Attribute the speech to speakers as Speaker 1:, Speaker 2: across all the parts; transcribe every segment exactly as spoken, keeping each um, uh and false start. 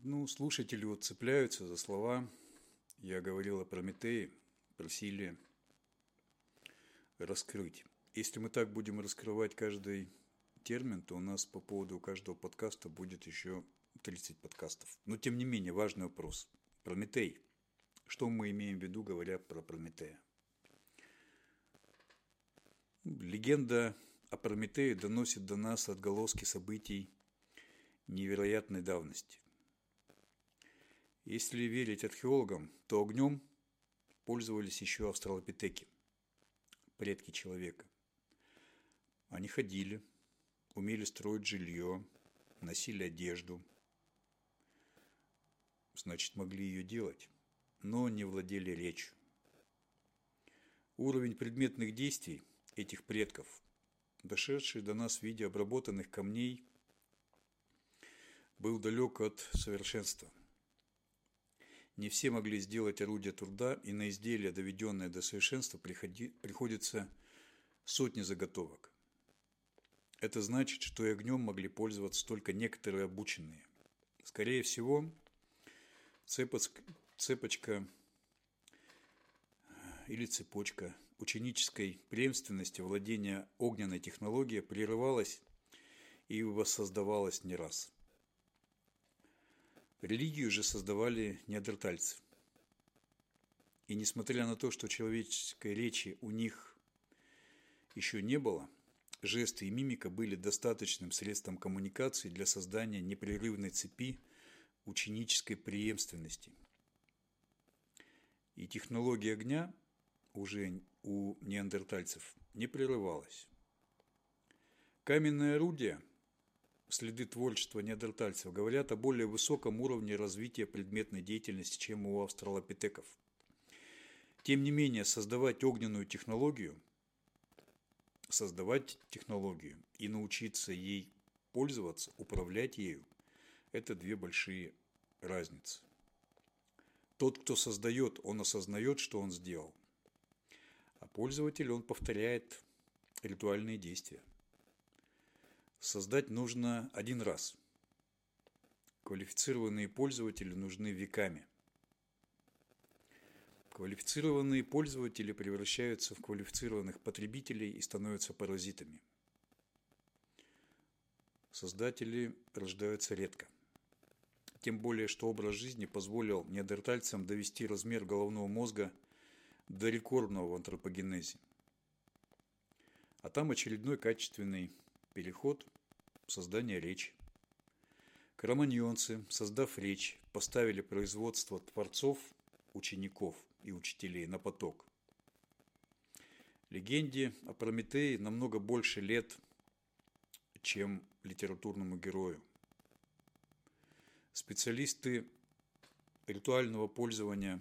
Speaker 1: Ну, слушатели вот цепляются за слова. Я говорил о Прометее, просили раскрыть. Если мы так будем раскрывать каждый термин, то у нас по поводу каждого подкаста будет еще тридцать подкастов. Но, тем не менее, важный вопрос. Прометей. Что мы имеем в виду, говоря про Прометея? Легенда о Прометее доносит до нас отголоски событий невероятной давности. Если верить археологам, то огнем пользовались еще австралопитеки, предки человека. Они ходили, умели строить жилье, носили одежду, значит, могли ее делать, но не владели речью. Уровень предметных действий этих предков, дошедший до нас в виде обработанных камней, был далек от совершенства. Не все могли сделать орудие труда, и на изделие, доведенное до совершенства, приходи, приходится сотни заготовок. Это значит, что и огнем могли пользоваться только некоторые обученные. Скорее всего, цепочка, цепочка или цепочка ученической преемственности владения огненной технологией прерывалась и воссоздавалась не раз. Религию же создавали неандертальцы. И несмотря на то, что человеческой речи у них еще не было, жесты и мимика были достаточным средством коммуникации для создания непрерывной цепи ученической преемственности. И технология огня уже у неандертальцев не прерывалась. Каменное орудие, следы творчества неандертальцев, говорят о более высоком уровне развития предметной деятельности, чем у австралопитеков. Тем не менее, создавать огненную технологию, создавать технологию и научиться ей пользоваться, управлять ею – это две большие разницы. Тот, кто создает, он осознает, что он сделал, а пользователь, он повторяет ритуальные действия. Создать нужно один раз. Квалифицированные пользователи нужны веками. Квалифицированные пользователи превращаются в квалифицированных потребителей и становятся паразитами. Создатели рождаются редко. Тем более, что образ жизни позволил неандертальцам довести размер головного мозга до рекордного в антропогенезе. А там очередной качественный переход – создание речи. Кроманьонцы, создав речь, поставили производство творцов, учеников и учителей на поток. Легенде о Прометее намного больше лет, чем литературному герою. Специалисты ритуального пользования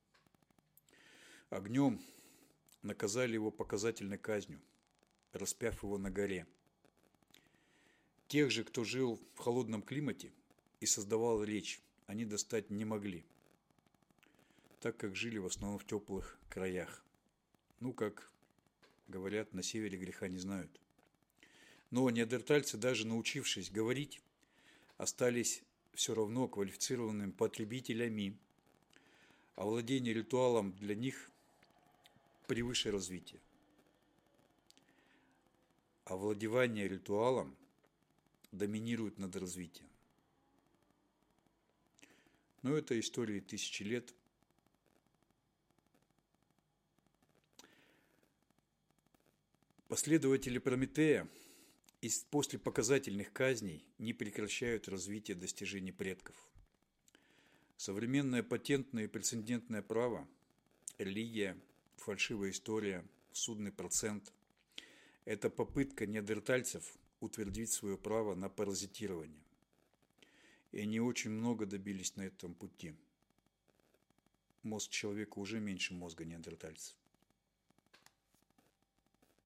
Speaker 1: огнем наказали его показательной казнью, распяв его на горе. Тех же, кто жил в холодном климате и создавал речь, они достать не могли, так как жили в основном в теплых краях. Ну, как говорят, на севере греха не знают. Но неандертальцы, даже научившись говорить, остались все равно квалифицированными потребителями, а владение ритуалом для них превыше развития. Овладевание ритуалом доминирует над развитием. Но это истории тысячи лет. Последователи Прометея после показательных казней не прекращают развитие достижений предков. Современное патентное и прецедентное право, религия, фальшивая история, судный процент – это попытка неандертальцев утвердить свое право на паразитирование. И они очень много добились на этом пути. Мозг человека уже меньше мозга неандертальцев.